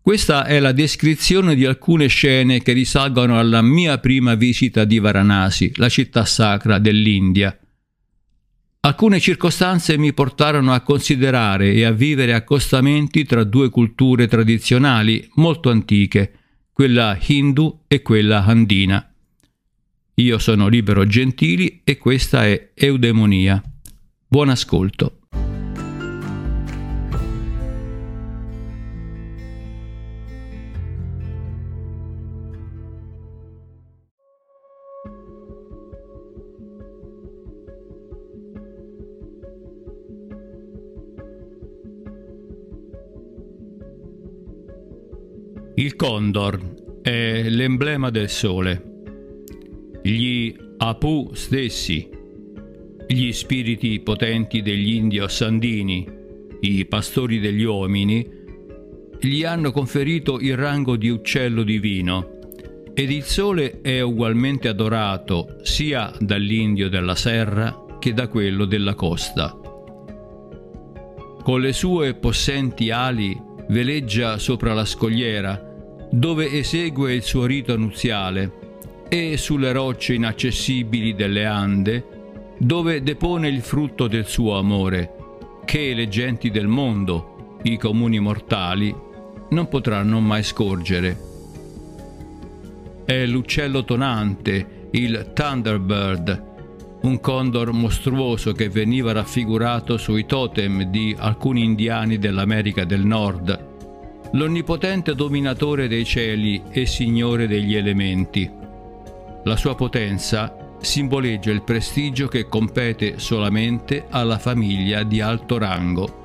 Questa è la descrizione di alcune scene che risalgono alla mia prima visita di Varanasi, la città sacra dell'India. Alcune circostanze mi portarono a considerare e a vivere accostamenti tra due culture tradizionali molto antiche, quella hindu e quella andina. Io sono Libero Gentili e questa è Eudemonia. Buon ascolto. Il condor è l'emblema del sole. Gli Apu stessi, gli spiriti potenti degli Indios andini, i pastori degli uomini, gli hanno conferito il rango di uccello divino, ed il sole è ugualmente adorato sia dall'indio della serra che da quello della costa. Con le sue possenti ali veleggia sopra la scogliera, dove esegue il suo rito nuziale, e sulle rocce inaccessibili delle Ande, dove depone il frutto del suo amore, che le genti del mondo, i comuni mortali, non potranno mai scorgere. È l'uccello tonante, il Thunderbird, un condor mostruoso che veniva raffigurato sui totem di alcuni indiani dell'America del Nord, l'onnipotente dominatore dei cieli e signore degli elementi. La sua potenza simboleggia il prestigio che compete solamente alla famiglia di alto rango.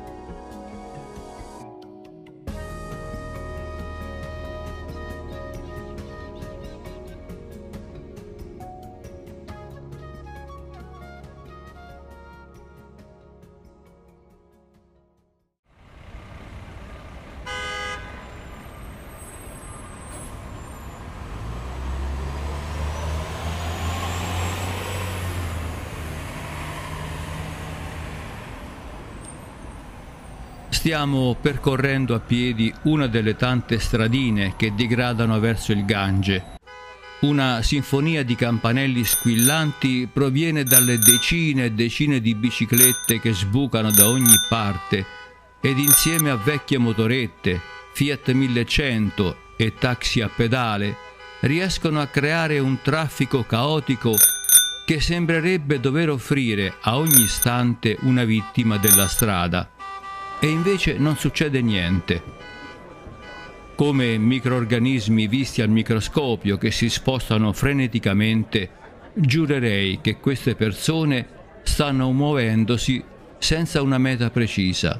Stiamo percorrendo a piedi una delle tante stradine che digradano verso il Gange. Una sinfonia di campanelli squillanti proviene dalle decine e decine di biciclette che sbucano da ogni parte, ed insieme a vecchie motorette, Fiat 1100 e taxi a pedale riescono a creare un traffico caotico che sembrerebbe dover offrire a ogni istante una vittima della strada. E invece non succede niente. Come microrganismi visti al microscopio che si spostano freneticamente, giurerei che queste persone stanno muovendosi senza una meta precisa.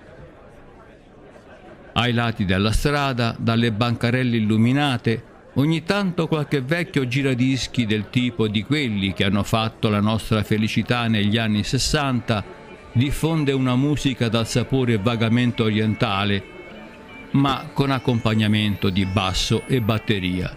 Ai lati della strada, dalle bancarelle illuminate, ogni tanto qualche vecchio giradischi del tipo di quelli che hanno fatto la nostra felicità negli anni '60 diffonde una musica dal sapore vagamente orientale, ma con accompagnamento di basso e batteria.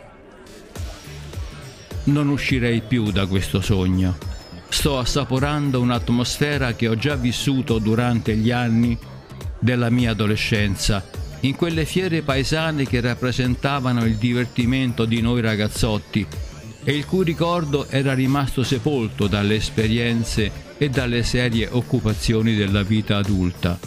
Non uscirei più da questo sogno. Sto assaporando un'atmosfera che ho già vissuto durante gli anni della mia adolescenza, in quelle fiere paesane che rappresentavano il divertimento di noi ragazzotti e il cui ricordo era rimasto sepolto dalle esperienze e dalle serie occupazioni della vita adulta.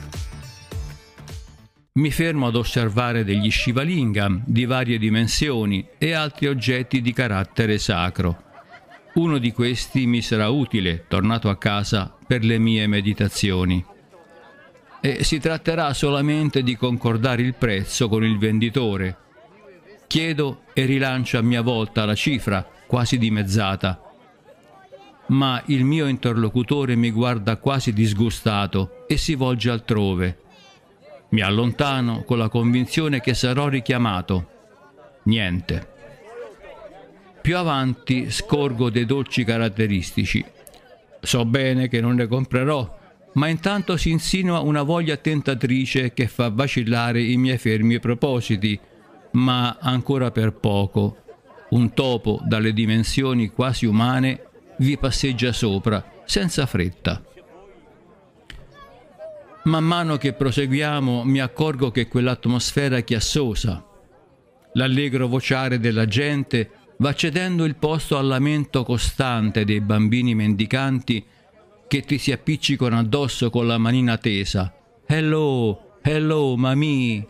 Mi fermo ad osservare degli Shivalingam di varie dimensioni e altri oggetti di carattere sacro. Uno di questi mi sarà utile, tornato a casa, per le mie meditazioni. E si tratterà solamente di concordare il prezzo con il venditore. Chiedo e rilancio a mia volta la cifra, quasi dimezzata. Ma il mio interlocutore mi guarda quasi disgustato e si volge altrove. Mi allontano con la convinzione che sarò richiamato. Niente. Più avanti scorgo dei dolci caratteristici. So bene che non ne comprerò, ma intanto si insinua una voglia tentatrice che fa vacillare i miei fermi propositi, ma ancora per poco. Un topo dalle dimensioni quasi umane vi passeggia sopra, senza fretta. Man mano che proseguiamo mi accorgo che quell'atmosfera chiassosa, l'allegro vociare della gente va cedendo il posto al lamento costante dei bambini mendicanti che ti si appiccicano addosso con la manina tesa. Hello, hello, mami.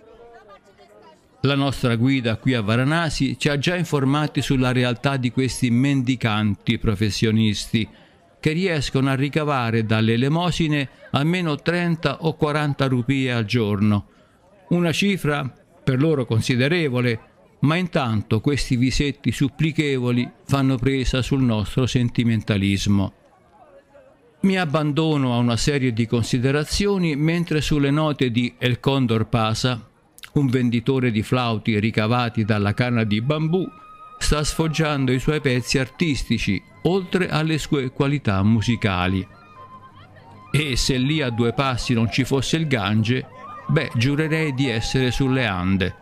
La nostra guida qui a Varanasi ci ha già informati sulla realtà di questi mendicanti professionisti che riescono a ricavare dalle elemosine almeno 30 o 40 rupie al giorno. Una cifra per loro considerevole, ma intanto questi visetti supplichevoli fanno presa sul nostro sentimentalismo. Mi abbandono a una serie di considerazioni mentre sulle note di El Condor Pasa, un venditore di flauti ricavati dalla canna di bambù, sta sfoggiando i suoi pezzi artistici oltre alle sue qualità musicali. E se lì a 2 passi non ci fosse il Gange, beh, giurerei di essere sulle Ande.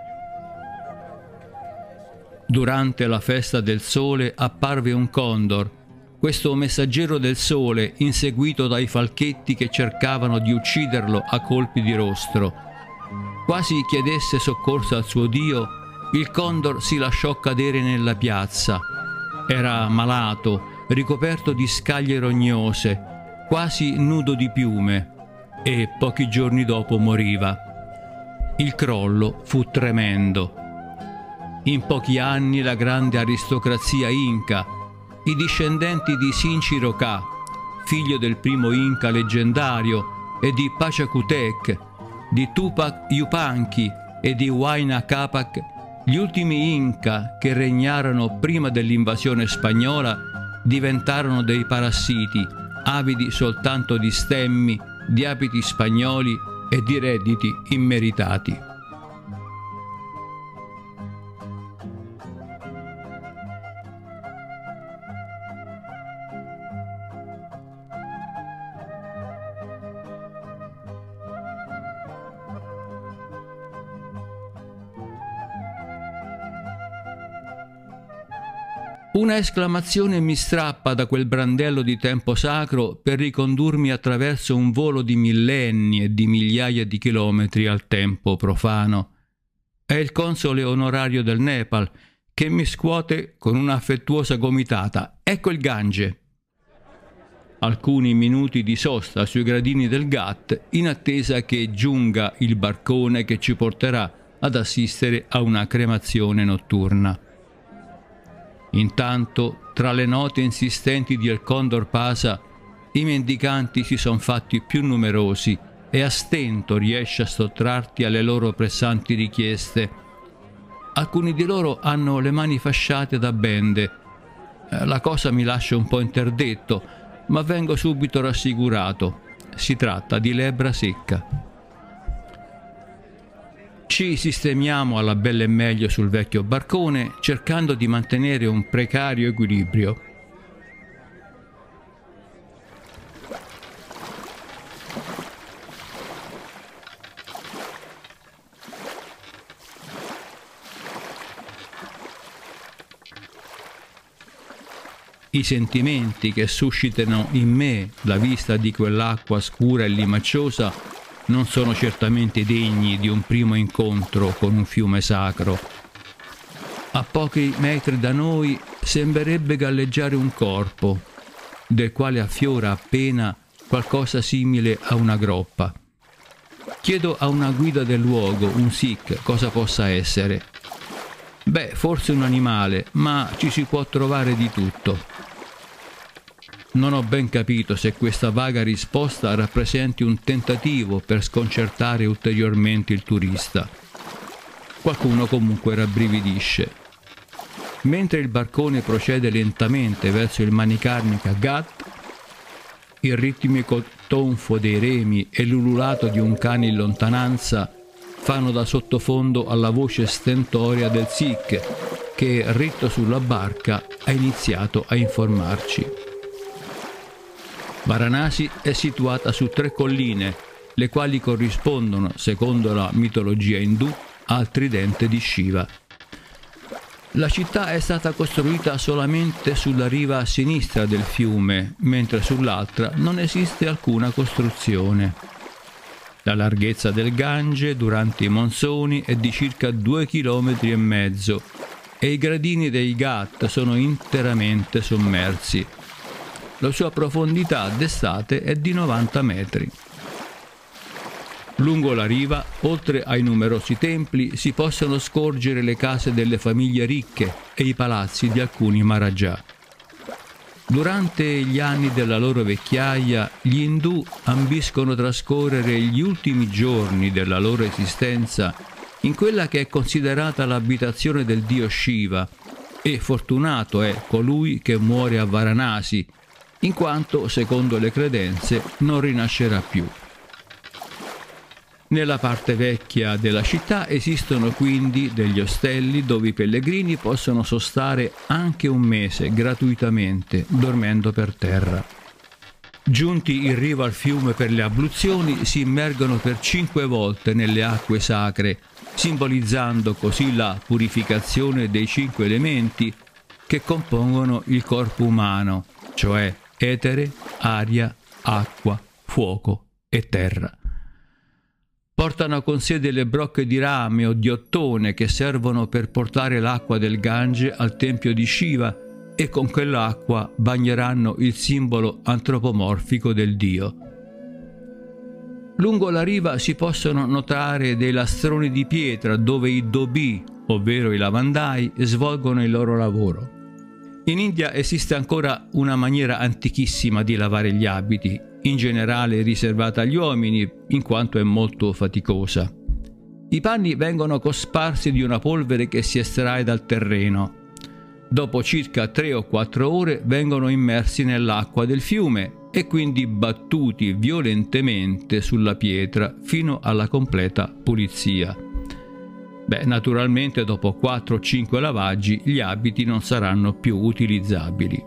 Durante la festa del sole apparve un condor, questo messaggero del sole inseguito dai falchetti che cercavano di ucciderlo a colpi di rostro. Quasi chiedesse soccorso al suo dio, il condor si lasciò cadere nella piazza. Era malato, ricoperto di scaglie rognose, quasi nudo di piume, e pochi giorni dopo moriva. Il crollo fu tremendo. In pochi anni la grande aristocrazia inca, i discendenti di Sinchi Ka, figlio del primo inca leggendario, e di Pachacutec, di Tupac Yupanqui e di Huayna Capac, gli ultimi inca che regnarono prima dell'invasione spagnola, diventarono dei parassiti, avidi soltanto di stemmi, di abiti spagnoli e di redditi immeritati. Una esclamazione mi strappa da quel brandello di tempo sacro per ricondurmi attraverso un volo di millenni e di migliaia di chilometri al tempo profano. È il console onorario del Nepal che mi scuote con una affettuosa gomitata. Ecco il Gange. Alcuni minuti di sosta sui gradini del Ghat in attesa che giunga il barcone che ci porterà ad assistere a una cremazione notturna. Intanto, tra le note insistenti di El Condor Pasa, i mendicanti si sono fatti più numerosi e a stento riesce a sottrarti alle loro pressanti richieste. Alcuni di loro hanno le mani fasciate da bende. La cosa mi lascia un po' interdetto, ma vengo subito rassicurato. Si tratta di lebbra secca. Ci sistemiamo alla bella e meglio sul vecchio barcone, cercando di mantenere un precario equilibrio. I sentimenti che suscitano in me la vista di quell'acqua scura e limacciosa non sono certamente degni di un primo incontro con un fiume sacro. A pochi metri da noi sembrerebbe galleggiare un corpo, del quale affiora appena qualcosa simile a una groppa. Chiedo a una guida del luogo, un Sikh, cosa possa essere. Beh, forse un animale, ma ci si può trovare di tutto. Non ho ben capito se questa vaga risposta rappresenti un tentativo per sconcertare ulteriormente il turista. Qualcuno comunque rabbrividisce. Mentre il barcone procede lentamente verso il Manikarnika Ghat, il ritmico tonfo dei remi e l'ululato di un cane in lontananza fanno da sottofondo alla voce stentoria del Sikh che, ritto sulla barca, ha iniziato a informarci. Varanasi è situata su 3 colline, le quali corrispondono, secondo la mitologia indù, al tridente di Shiva. La città è stata costruita solamente sulla riva a sinistra del fiume, mentre sull'altra non esiste alcuna costruzione. La larghezza del Gange durante i monsoni è di circa 2,5 km e i gradini dei Ghat sono interamente sommersi. La sua profondità d'estate è di 90 metri. Lungo la riva, oltre ai numerosi templi, si possono scorgere le case delle famiglie ricche e i palazzi di alcuni Maharajà. Durante gli anni della loro vecchiaia, gli indù ambiscono trascorrere gli ultimi giorni della loro esistenza in quella che è considerata l'abitazione del dio Shiva, e fortunato è colui che muore a Varanasi, in quanto, secondo le credenze, non rinascerà più. Nella parte vecchia della città esistono quindi degli ostelli dove i pellegrini possono sostare anche un mese gratuitamente, dormendo per terra. Giunti in riva al fiume per le abluzioni, si immergono per 5 volte nelle acque sacre, simbolizzando così la purificazione dei 5 elementi che compongono il corpo umano, cioè etere, aria, acqua, fuoco e terra. Portano con sé delle brocche di rame o di ottone che servono per portare l'acqua del Gange al tempio di Shiva, e con quell'acqua bagneranno il simbolo antropomorfico del dio. Lungo la riva si possono notare dei lastroni di pietra dove i dhobi, ovvero i lavandai, svolgono il loro lavoro. In India esiste ancora una maniera antichissima di lavare gli abiti, in generale riservata agli uomini, in quanto è molto faticosa. I panni vengono cosparsi di una polvere che si estrae dal terreno. Dopo circa 3 o 4 ore vengono immersi nell'acqua del fiume e quindi battuti violentemente sulla pietra fino alla completa pulizia. Naturalmente dopo 4 o 5 lavaggi gli abiti non saranno più utilizzabili.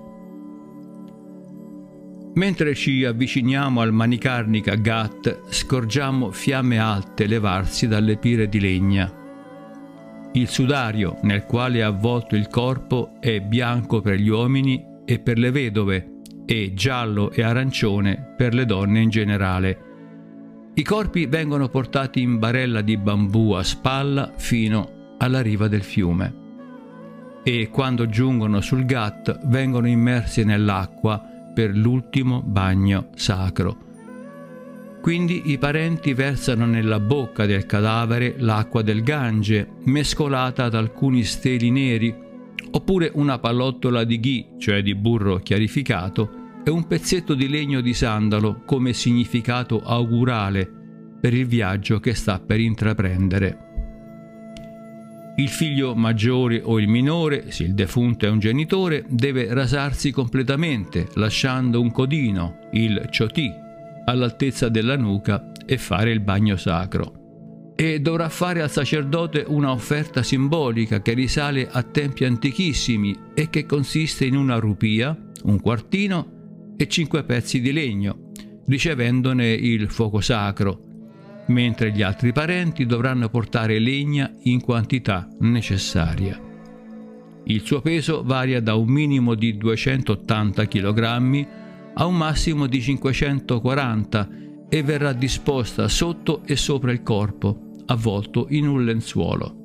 Mentre ci avviciniamo al Manikarnika Ghat, scorgiamo fiamme alte levarsi dalle pire di legna. Il sudario nel quale è avvolto il corpo è bianco per gli uomini e per le vedove, e giallo e arancione per le donne in generale. I corpi vengono portati in barella di bambù a spalla fino alla riva del fiume. E quando giungono sul Ghat vengono immersi nell'acqua per l'ultimo bagno sacro. Quindi i parenti versano nella bocca del cadavere l'acqua del Gange, mescolata ad alcuni steli neri, oppure una pallottola di ghee, cioè di burro chiarificato, e un pezzetto di legno di sandalo come significato augurale per il viaggio che sta per intraprendere. Il figlio maggiore o il minore, se il defunto è un genitore, deve rasarsi completamente, lasciando un codino, il choti, all'altezza della nuca e fare il bagno sacro. E dovrà fare al sacerdote una offerta simbolica che risale a tempi antichissimi e che consiste in una rupia, un quartino e 5 pezzi di legno, ricevendone il fuoco sacro, mentre gli altri parenti dovranno portare legna in quantità necessaria. Il suo peso varia da un minimo di 280 kg a un massimo di 540 e verrà disposta sotto e sopra il corpo, avvolto in un lenzuolo.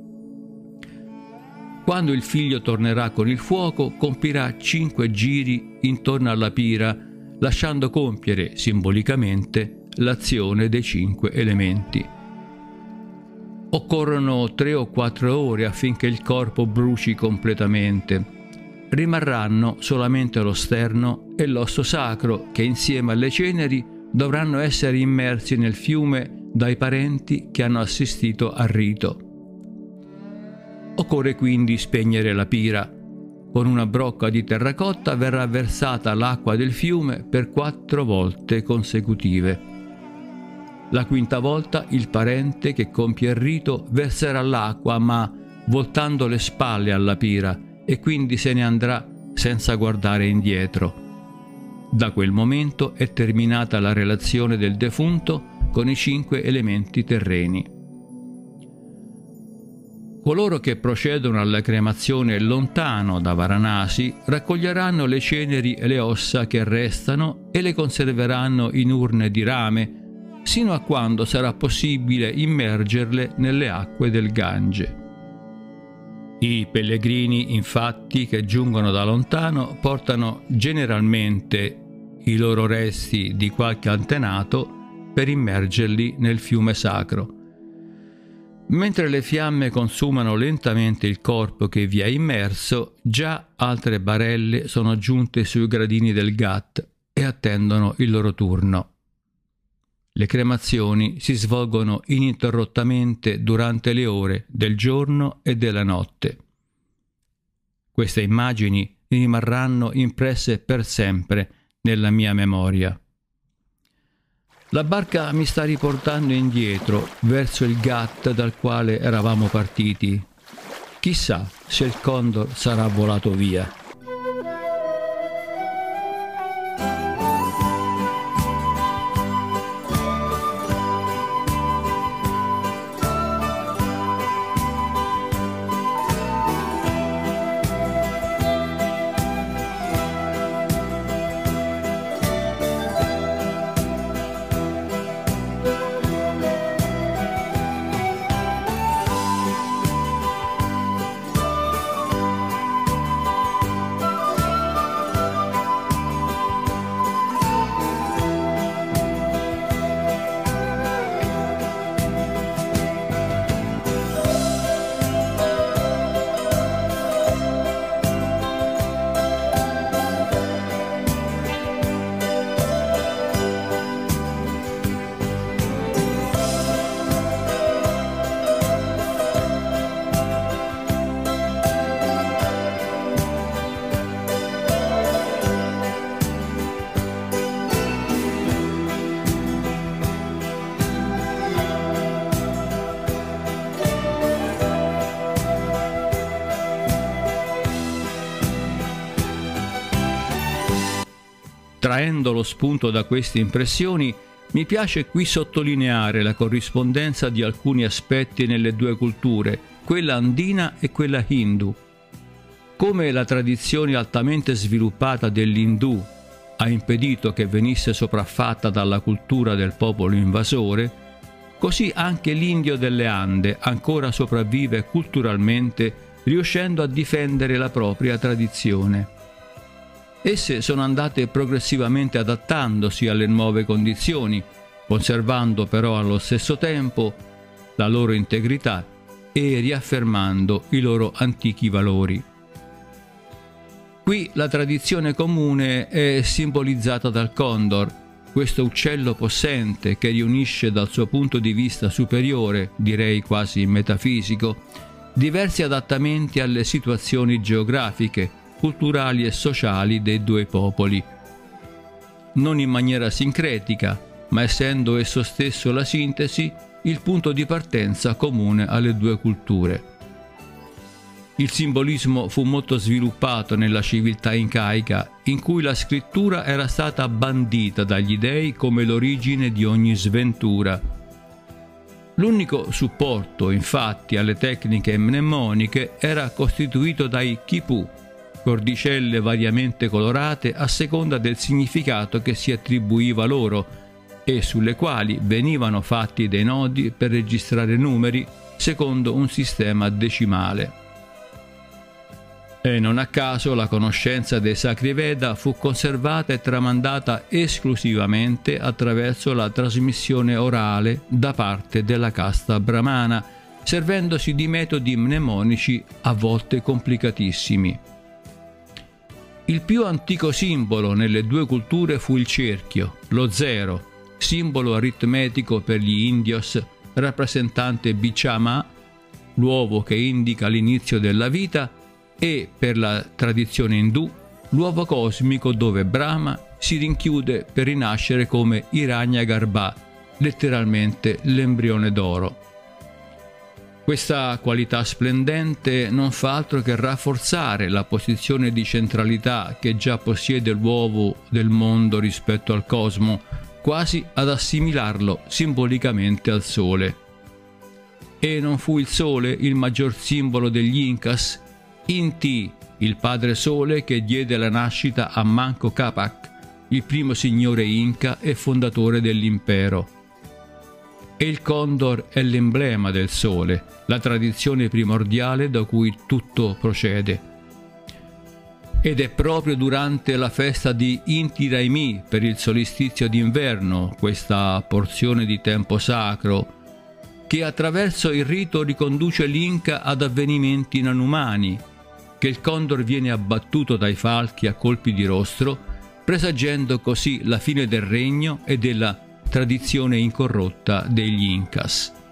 Quando il figlio tornerà con il fuoco, compirà 5 giri intorno alla pira, lasciando compiere simbolicamente l'azione dei 5 elementi. Occorrono 3 o 4 ore affinché il corpo bruci completamente. Rimarranno solamente lo sterno e l'osso sacro che insieme alle ceneri dovranno essere immersi nel fiume dai parenti che hanno assistito al rito. Occorre quindi spegnere la pira. Con una brocca di terracotta verrà versata l'acqua del fiume per 4 volte consecutive. La quinta volta il parente che compie il rito verserà l'acqua, ma voltando le spalle alla pira, e quindi se ne andrà senza guardare indietro. Da quel momento è terminata la relazione del defunto con i 5 elementi terreni. Coloro che procedono alla cremazione lontano da Varanasi raccoglieranno le ceneri e le ossa che restano e le conserveranno in urne di rame, sino a quando sarà possibile immergerle nelle acque del Gange. I pellegrini, infatti, che giungono da lontano, portano generalmente i loro resti di qualche antenato per immergerli nel fiume sacro. Mentre le fiamme consumano lentamente il corpo che vi è immerso, già altre barelle sono giunte sui gradini del Ghat e attendono il loro turno. Le cremazioni si svolgono ininterrottamente durante le ore del giorno e della notte. Queste immagini rimarranno impresse per sempre nella mia memoria. La barca mi sta riportando indietro verso il Ghat dal quale eravamo partiti. Chissà se il Condor sarà volato via. Traendo lo spunto da queste impressioni, mi piace qui sottolineare la corrispondenza di alcuni aspetti nelle due culture, quella andina e quella hindu. Come la tradizione altamente sviluppata dell'Indù ha impedito che venisse sopraffatta dalla cultura del popolo invasore, così anche l'indio delle Ande ancora sopravvive culturalmente, riuscendo a difendere la propria tradizione. Esse sono andate progressivamente adattandosi alle nuove condizioni, conservando però allo stesso tempo la loro integrità e riaffermando i loro antichi valori. Qui la tradizione comune è simbolizzata dal condor, questo uccello possente che riunisce dal suo punto di vista superiore, direi quasi metafisico, diversi adattamenti alle situazioni geografiche, culturali e sociali dei due popoli. Non in maniera sincretica, ma essendo esso stesso la sintesi, il punto di partenza comune alle due culture. Il simbolismo fu molto sviluppato nella civiltà incaica, in cui la scrittura era stata bandita dagli dei come l'origine di ogni sventura. L'unico supporto, infatti, alle tecniche mnemoniche era costituito dai quipu, cordicelle variamente colorate a seconda del significato che si attribuiva loro e sulle quali venivano fatti dei nodi per registrare numeri secondo un sistema decimale. E non a caso la conoscenza dei Sacri Veda fu conservata e tramandata esclusivamente attraverso la trasmissione orale da parte della casta brahmana, servendosi di metodi mnemonici a volte complicatissimi. Il più antico simbolo nelle due culture fu il cerchio, lo zero, simbolo aritmetico per gli indios, rappresentante Bichama, l'uovo che indica l'inizio della vita, e per la tradizione indù, l'uovo cosmico dove Brahma si rinchiude per rinascere come Hiranyagarbha, letteralmente l'embrione d'oro. Questa qualità splendente non fa altro che rafforzare la posizione di centralità che già possiede l'uovo del mondo rispetto al cosmo, quasi ad assimilarlo simbolicamente al Sole. E non fu il Sole il maggior simbolo degli Incas? Inti, il padre Sole che diede la nascita a Manco Capac, il primo signore Inca e fondatore dell'impero. e il condor è l'emblema del sole, la tradizione primordiale da cui tutto procede. Ed è proprio durante la festa di Inti Raymi, per il solstizio d'inverno, questa porzione di tempo sacro, che attraverso il rito riconduce l'Inca ad avvenimenti inumani, che il condor viene abbattuto dai falchi a colpi di rostro, presagendo così la fine del regno e della tradizione incorrotta degli Incas.